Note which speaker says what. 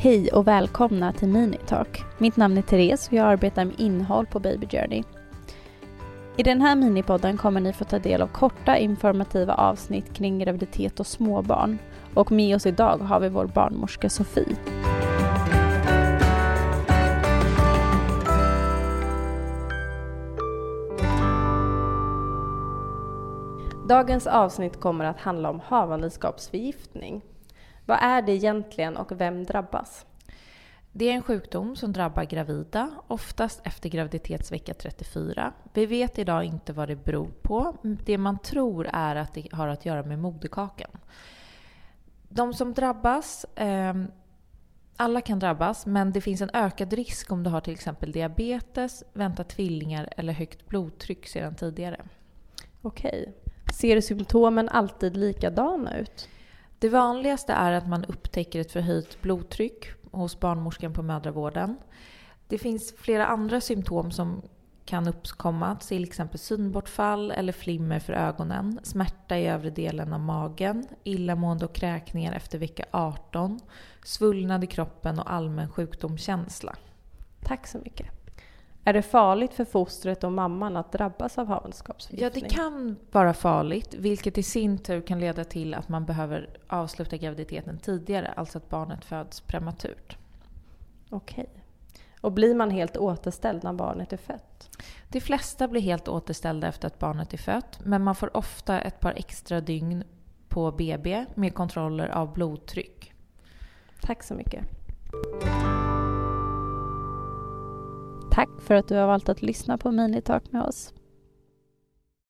Speaker 1: Hej och välkomna till Minitalk. Mitt namn är Therese och jag arbetar med innehåll på Baby Journey. I den här minipodden kommer ni få ta del av korta informativa avsnitt kring graviditet och småbarn. Och med oss idag har vi vår barnmorska Sofie. Dagens avsnitt kommer att handla om havandeskapsförgiftning. Vad är det egentligen och vem drabbas?
Speaker 2: Det är en sjukdom som drabbar gravida, oftast efter graviditetsvecka 34. Vi vet idag inte vad det beror på. Det man tror är att det har att göra med moderkakan. De som drabbas, alla kan drabbas, men det finns en ökad risk om du har till exempel diabetes, väntat tvillingar eller högt blodtryck sedan tidigare.
Speaker 1: Okej. Ser symptomen alltid likadana ut?
Speaker 2: Det vanligaste är att man upptäcker ett förhöjt blodtryck hos barnmorskan på mödravården. Det finns flera andra symptom som kan uppkomma, till exempel synbortfall eller flimmer för ögonen, smärta i övre delen av magen, illamående och kräkningar efter vecka 18, svullnad i kroppen och allmän sjukdomskänsla.
Speaker 1: Tack så mycket. Är det farligt för fostret och mamman att drabbas av havandeskapsförgiftning?
Speaker 2: Ja, det kan vara farligt, vilket i sin tur kan leda till att man behöver avsluta graviditeten tidigare, alltså att barnet föds prematurt.
Speaker 1: Okej. Och blir man helt återställd när barnet är fött?
Speaker 2: De flesta blir helt återställda efter att barnet är fött, men man får ofta ett par extra dygn på BB med kontroller av blodtryck.
Speaker 1: Tack så mycket. Tack för att du har valt att lyssna på Minitalk med oss.